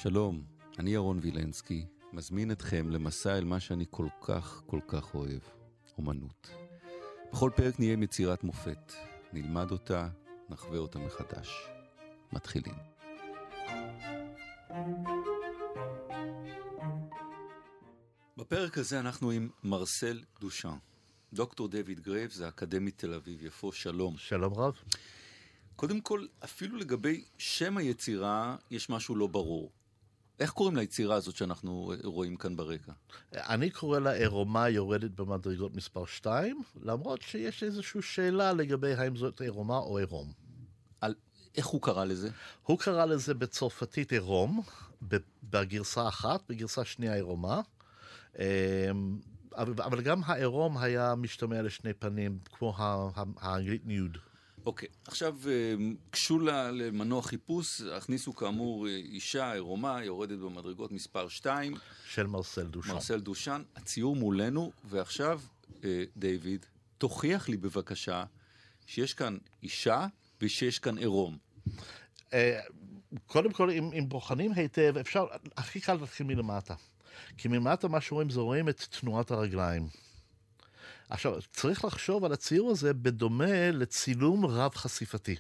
שלום, אני ירון וילנסקי, מזמין אתכם למסע אל מה שאני כל כך אוהב, אומנות. בכל פרק נהיה עם יצירת מופת, נלמד אותה, נחווה אותה מחדש. מתחילים. בפרק הזה אנחנו עם מרסל דושן. דוקטור דיוויד גרייבס, זה אקדמית תל אביב יפו, שלום. שלום רב. קודם כל, אפילו לגבי שם היצירה, יש משהו לא ברור. איך קוראים ליצירה הזאת שאנחנו רואים כאן ברקע? אני קורא לה עירומה יורדת במדרגות מספר 2, למרות שיש איזושהי שאלה לגבי האם זאת עירומה או עירום. איך הוא קרא לזה? הוא קרא לזה בצרפתית עירום, בגרסה אחת, בגרסה שנייה עירומה, אבל גם העירום היה משתמע לשני פנים, כמו האנגלית ניוד. אוקיי, עכשיו קשו למנוע חיפוש, הכניסו כאמור אישה, עירומה, יורדת במדרגות מספר 2. של מרסל דושן. מרסל דושן, הציור מולנו, ועכשיו דיוויד, תוכיח לי בבקשה שיש כאן אישה ושיש כאן עירום. קודם כל, אם בוחנים היטב, אפשר, הכי קל להתחיל מלמטה. כי מלמטה מה שרואים זה רואים את תנועת הרגליים. עכשיו, צריך לחשוב על הציור הזה בדומה לצילום רב חשיפתי.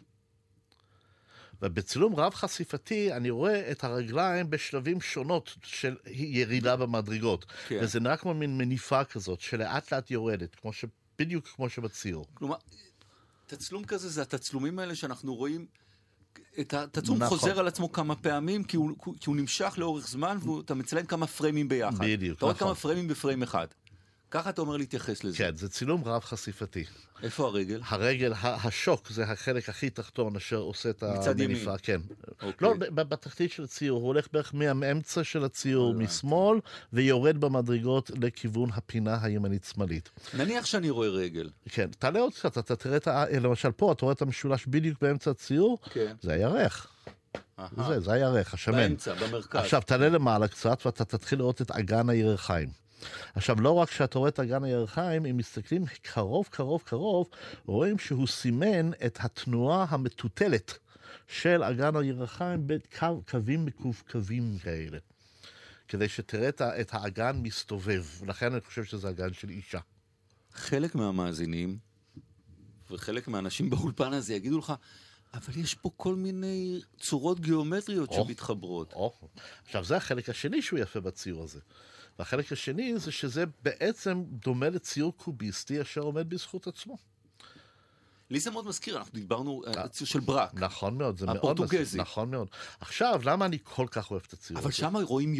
ובצילום רב חשיפתי אני רואה את הרגליים בשלבים שונות של ירידה במדרגות. כן. וזה נראה כמו מין מניפה כזאת, שלאט לאט יורדת, בדיוק כמו שבציור. כלומר, תצלום כזה זה התצלומים האלה שאנחנו רואים, את התצלום נכון. חוזר על עצמו כמה פעמים, כי הוא נמשך לאורך זמן, ואתה מצלם כמה פריימים ביחד. בדיוק, אתה רואה כמה פריימים בפריים אחד. ככה אתה אומר להתייחס לזה. כן, זה צילום רב חשיפתי. איפה הרגל? הרגל, השוק, זה החלק הכי תחתון אשר עושה את המניפה. כן. אוקיי. לא, בתחתית של הציור, הוא הולך בערך מהאמצע של הציור משמאל, ויורד במדרגות לכיוון הפינה הימנית-שמאלית. נניח שאני רואה רגל. כן, תעלה עוד קצת, אתה תראה למשל פה, אתה רואה את המשולש בדיוק באמצע הציור, כן. זה הירך. זה הירך, השמן. באמצע, במרכז. עכשיו, תעלה למעלה קצת, ואתה תתחיל לראות את אגן הירכיים. עכשיו, לא רק שאתה רואה את אגן הירכיים, אם מסתכלים קרוב, רואים שהוא סימן את התנועה המטוטלת של אגן הירכיים בקווים מקווקווים כאלה. כדי שתראה את האגן מסתובב. ולכן אני חושב שזה אגן של אישה. חלק מהמאזינים, וחלק מהאנשים באולפן הזה יגידו לך, אבל יש פה כל מיני צורות גיאומטריות שמתחברות. עכשיו, זה החלק השני שהוא יפה בציור הזה. והחלק השני זה שזה בעצם דומה לציור קוביסטי אשר עומד בזכות עצמו. לי זה מאוד מזכיר, אנחנו דיברנו על הציור של ברק. נכון מאוד, זה הפורטוגזי. מאוד מזכיר. נכון מאוד. עכשיו, למה אני כל כך אוהב את הציור הזה? אבל שם רואים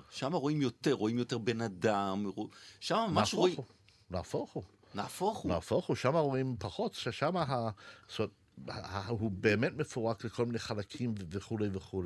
יותר בן אדם, שם ממש רואים... נהפוך הוא, שם רואים פחות, ששם הוא באמת מפורק לכל מיני חלקים וכו'.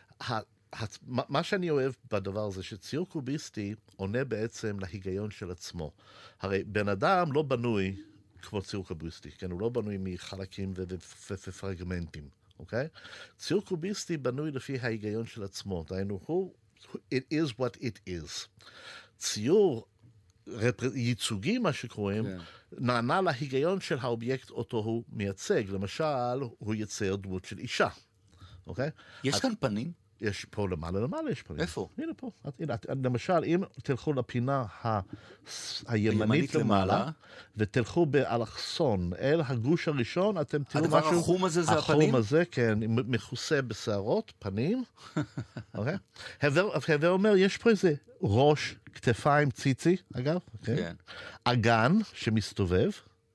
מה שאני אוהב בדבר הזה, שציור קוביסטי עונה בעצם להיגיון של עצמו. הרי בן אדם לא בנוי כמו ציור קוביסטי, כן? הוא לא בנוי מחלקים ופרגמנטים, אוקיי? ציור קוביסטי בנוי לפי ההיגיון של עצמו. דהיינו, it is what it is. ציור ייצוגי, מה שקוראים, נענה להיגיון של האובייקט אותו הוא מייצג. למשל, הוא יצייר דמות של אישה, אוקיי? יש כאן פנים? יש פה למעלה יש פנים. איפה? הנה פה. למשל, אם תלכו לפינה הימנית למעלה, ותלכו באלכסון אל הגוש הראשון, אתם תראו משהו... הדבר החום הזה זה הפנים? החום הזה, כן, מכוסה בשערות, פנים. אוקיי? הווה אומר, יש פה איזה ראש, כתפיים, ציצי, אגב. כן. אגן שמסתובב,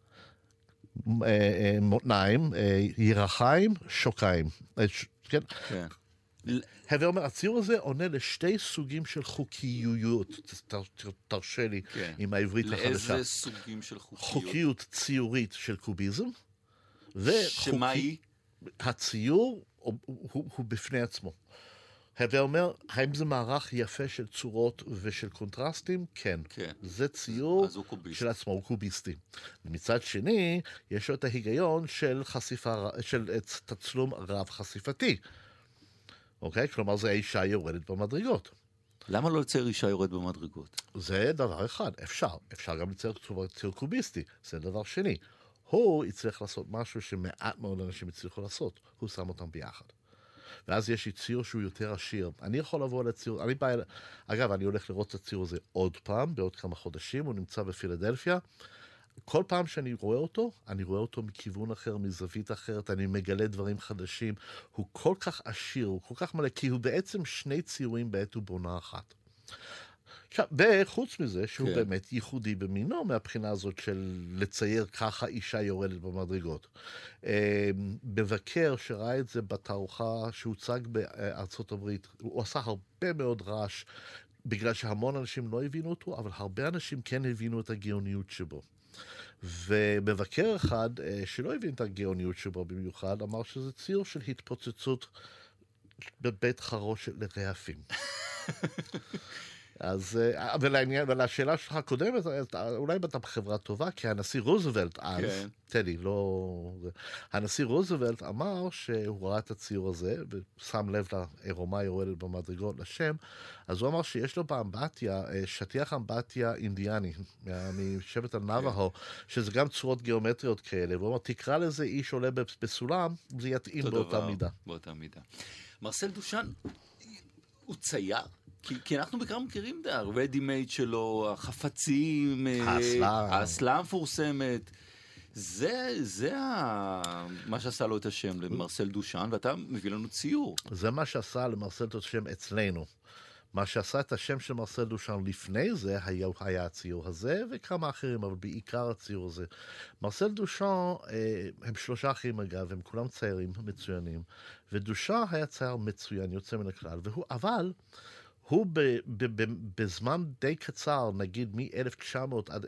מותניים, ירחיים, שוקיים. כן? כן. הווה אומר, הציור הזה עונה לשתי סוגים של חוקיויות, תרשה לי, עם העברית החדשה. לאיזה סוגים של חוקיות? חוקיות ציורית של קוביזם, שמה היא? הציור הוא בפני עצמו. הווה אומר, האם זה מערך יפה של צורות ושל קונטרסטים? כן. זה ציור של עצמו, הוא קוביסטי. מצד שני, יש לו את ההיגיון של חשיפה, של תצלום רב חשיפתי. אוקיי? כלומר, זה האישה יורדת במדרגות. למה לא לצייר אישה יורד במדרגות? זה דבר אחד, אפשר גם לצייר ציור קוביסטי, זה דבר שני. הוא יצטרך לעשות משהו שמעט מאוד אנשים יצטרכו לעשות, הוא שם אותם ביחד. ואז יש לי ציור שהוא יותר עשיר. אני יכול לבוא לציור, אגב, אני הולך לראות את הציור הזה עוד פעם, בעוד כמה חודשים, הוא נמצא בפילדלפיה. כל פעם שאני רואה אותו, אני רואה אותו מכיוון אחר, מזווית אחרת, אני מגלה דברים חדשים. הוא כל כך עשיר, הוא כל כך מלא, כי הוא בעצם שני ציורים בעת ובעונה אחת. עכשיו, וחוץ מזה שהוא באמת ייחודי במינו, מהבחינה הזאת של לצייר ככה אישה יורדת במדרגות. מבקר שראה את זה בתערוכה שהוצג בארצות הברית, הוא עשה הרבה מאוד רעש, בגלל שהמון אנשים לא הבינו אותו, אבל הרבה אנשים כן הבינו את הגאוניות שבו. ומבקר אחד שלא הבין את הגאוניות שבו במיוחד, אמר שזה ציור של התפוצצות בבית חרוש לרעפים. אז, ולשאלה שלך הקודמת, אולי אתה בחברה טובה, כי הנשיא רוזוולט אז, טדי, לא... הנשיא רוזוולט אמר שהוא ראה את הציור הזה, ושם לב לעירומה יורדת במדרגות לשם, אז הוא אמר שיש לו באמבטיה, שטיח אמבטיה אינדיאני, משבט הנבהו, שזה גם צורות גיאומטריות כאלה, והוא אמר, תקרא לזה איש עולה בסולם, זה יתאים באותה מידה. באותה מידה. מרסל דושן, הוא צייר? כי אנחנו בעיקר מכירים את הרדי מייד שלו, החפצים, האסלה המפורסמת. זה מה שעשה לו את השם למרסל דושן, ואתה מביא לנו ציור. זה מה שעשה למרסל את השם אצלנו. מה שעשה את השם של מרסל דושן לפני זה היה הציור הזה, וכמה אחרים, אבל בעיקר הציור הזה. מרסל דושן, הם 3 אחים אגב, הם כולם ציירים מצוינים, ודושן היה צייר מצוין, יוצא מן הכלל, אבל הוא בזמן די קצר, נגיד מ-1900 עד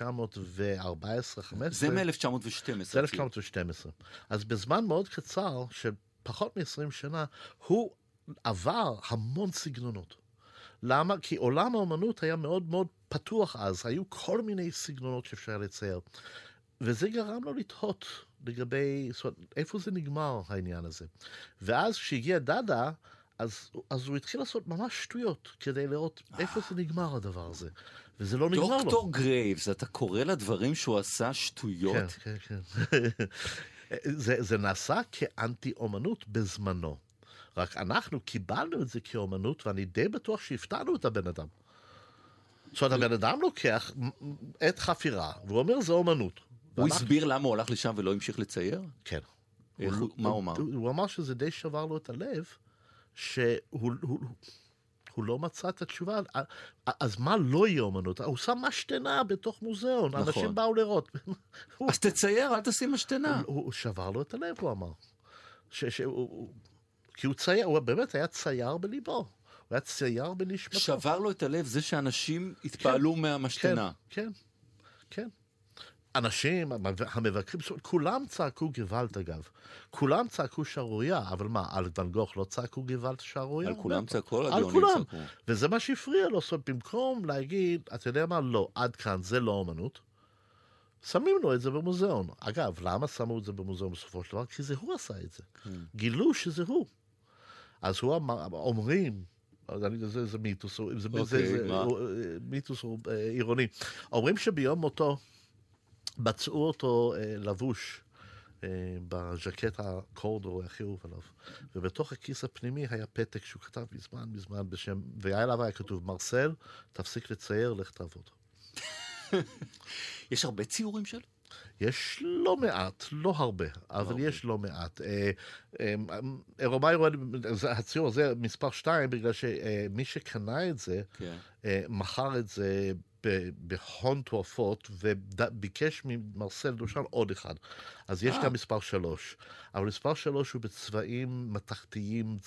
1914-15. זה מ-1912. זה 1912. אז בזמן מאוד קצר, של פחות מ-20 שנה, הוא עבר המון סגנונות. למה? כי עולם האומנות היה מאוד מאוד פתוח אז, היו כל מיני סגנונות שאפשר לצייר. וזה גרם לו לתהות לגבי, זאת אומרת, איפה זה נגמר העניין הזה. ואז כשהגיע דאדה, אז הוא התחיל לעשות ממש שטויות, כדי לראות איפה זה נגמר הדבר הזה. וזה לא נגמר לו. דוקטור גרייבס, אתה קורא לדברים שהוא עשה שטויות? כן, כן, כן. זה נעשה כאנטי-אומנות בזמנו. רק אנחנו קיבלנו את זה כאומנות, ואני די בטוח שהפתענו את הבן אדם. זאת אומרת, הבן אדם לוקח את חפירה, והוא אומר, זה אומנות. הוא הסביר למה הוא הלך לשם ולא המשיך לצייר? כן. מה הוא אמר? הוא אמר שזה די שבר לו את הלב, שהוא לא מצא את התשובה. אז מה לא יהיה אומנות? הוא שם משתנה בתוך מוזיאון, אנשים באו לראות. אז תצייר, אל תשים משתנה. הוא שבר לו את הלב, הוא אמר. כי הוא צייר, הוא באמת היה צייר בליבו. הוא היה צייר בנשמתו. שבר לו את הלב זה שאנשים התפעלו מהמשתנה. כן, כן. אנשים, המבקרים, כולם צעקו גוואלד אגב. כולם צעקו שערורייה, אבל מה, על ואן גוך לא צעקו גוואלד שערורייה? על כולם צעקו, על כולם. וזה מה שהפריע לו, זאת במקום להגיד, אתה יודע מה, לא, עד כאן זה לא אומנות, שמים לו את זה במוזיאון. אגב, למה שמו את זה במוזיאון בסופו של דבר? כי זה הוא עשה את זה. גילו שזה הוא. אז הוא אמר, אומרים, זה מיתוס, זה מיתוס עירוני. אומרים שביום מותו, בצעו אותו לבוש בז'קט הקורדו הכי אהוב עליו, ובתוך הכיס הפנימי היה פתק שהוא כתב מזמן בשם, ועליו היה כתוב, מרסל, תפסיק לצייר, לך תעבוד. יש הרבה ציורים שלו? יש לא מעט, לא הרבה, אבל יש לא מעט. עירומה יורדת, הציור הזה מספר 2, בגלל שמי שקנה את זה, מכר את זה בהון תועפות, וביקש ממרסל דושן עוד אחד. אז יש גם מספר 3. אבל מספר 3 הוא בצבעים מתכתיים,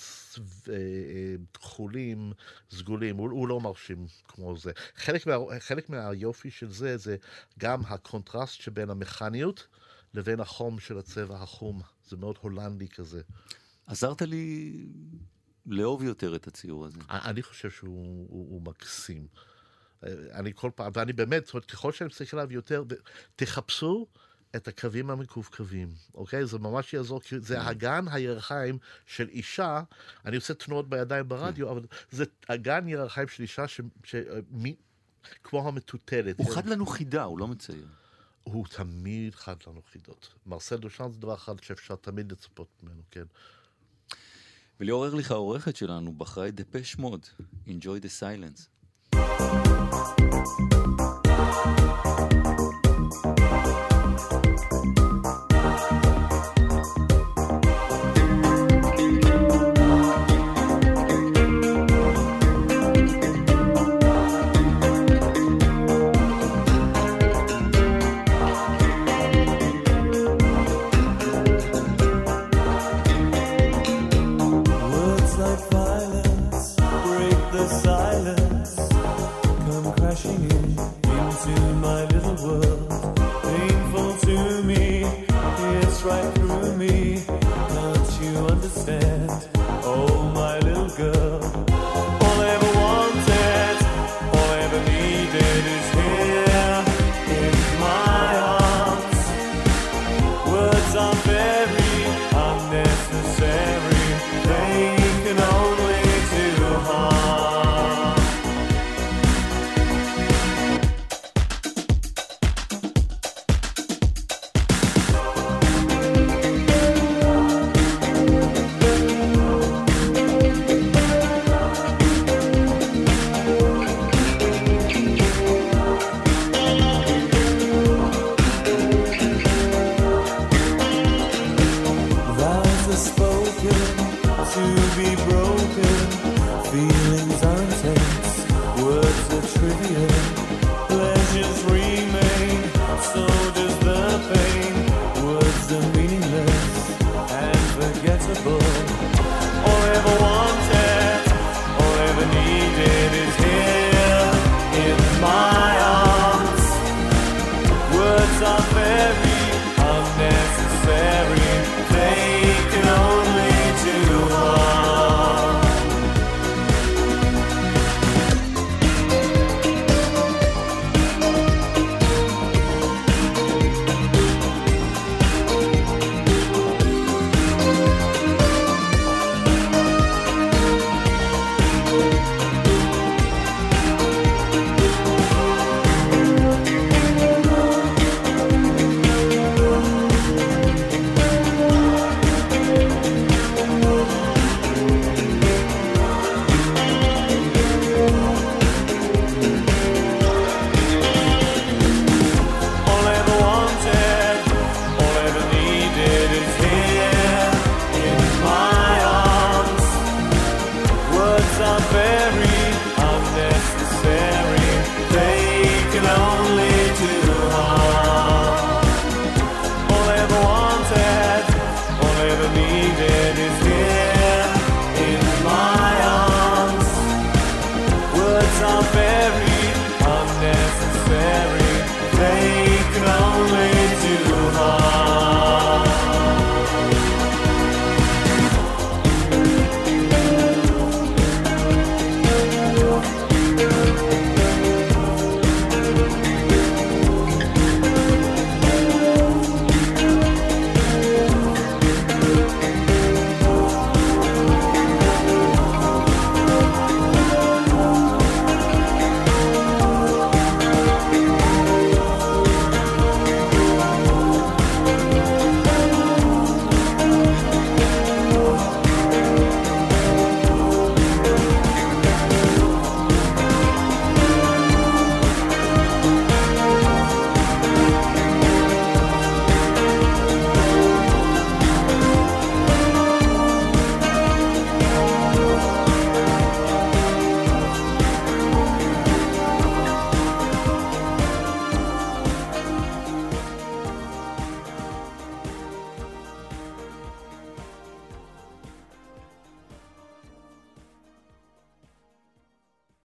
כחולים, סגולים. הוא לא מרשים כמו זה. חלק מהיופי של זה, זה גם הקונטרסט שבין המכניות לבין החום של הצבע החום. זה מאוד הולנדי כזה. עזרת לי לאהוב יותר את הציור הזה. אני חושב שהוא מקסים. אני כל פעם, ואני באמת, זאת אומרת, ככל שאני מסתכל עליו יותר, תחפשו את הקווים המקווקווים, אוקיי? זה ממש יעזור, כי זה הגן הירחיים של אישה, אני עושה תנועות בידיים ברדיו, אבל זה הגן ירחיים של אישה כמו המטוטלת. הוא חד לנו חידה, הוא לא מצייר. הוא תמיד חד לנו חידות. מרסל דושן זה דבר אחד שאפשר תמיד לצפות ממנו, כן. וליאור ארליך העורכת שלנו בחרה את דפש מוד, Enjoy the Silence. Are very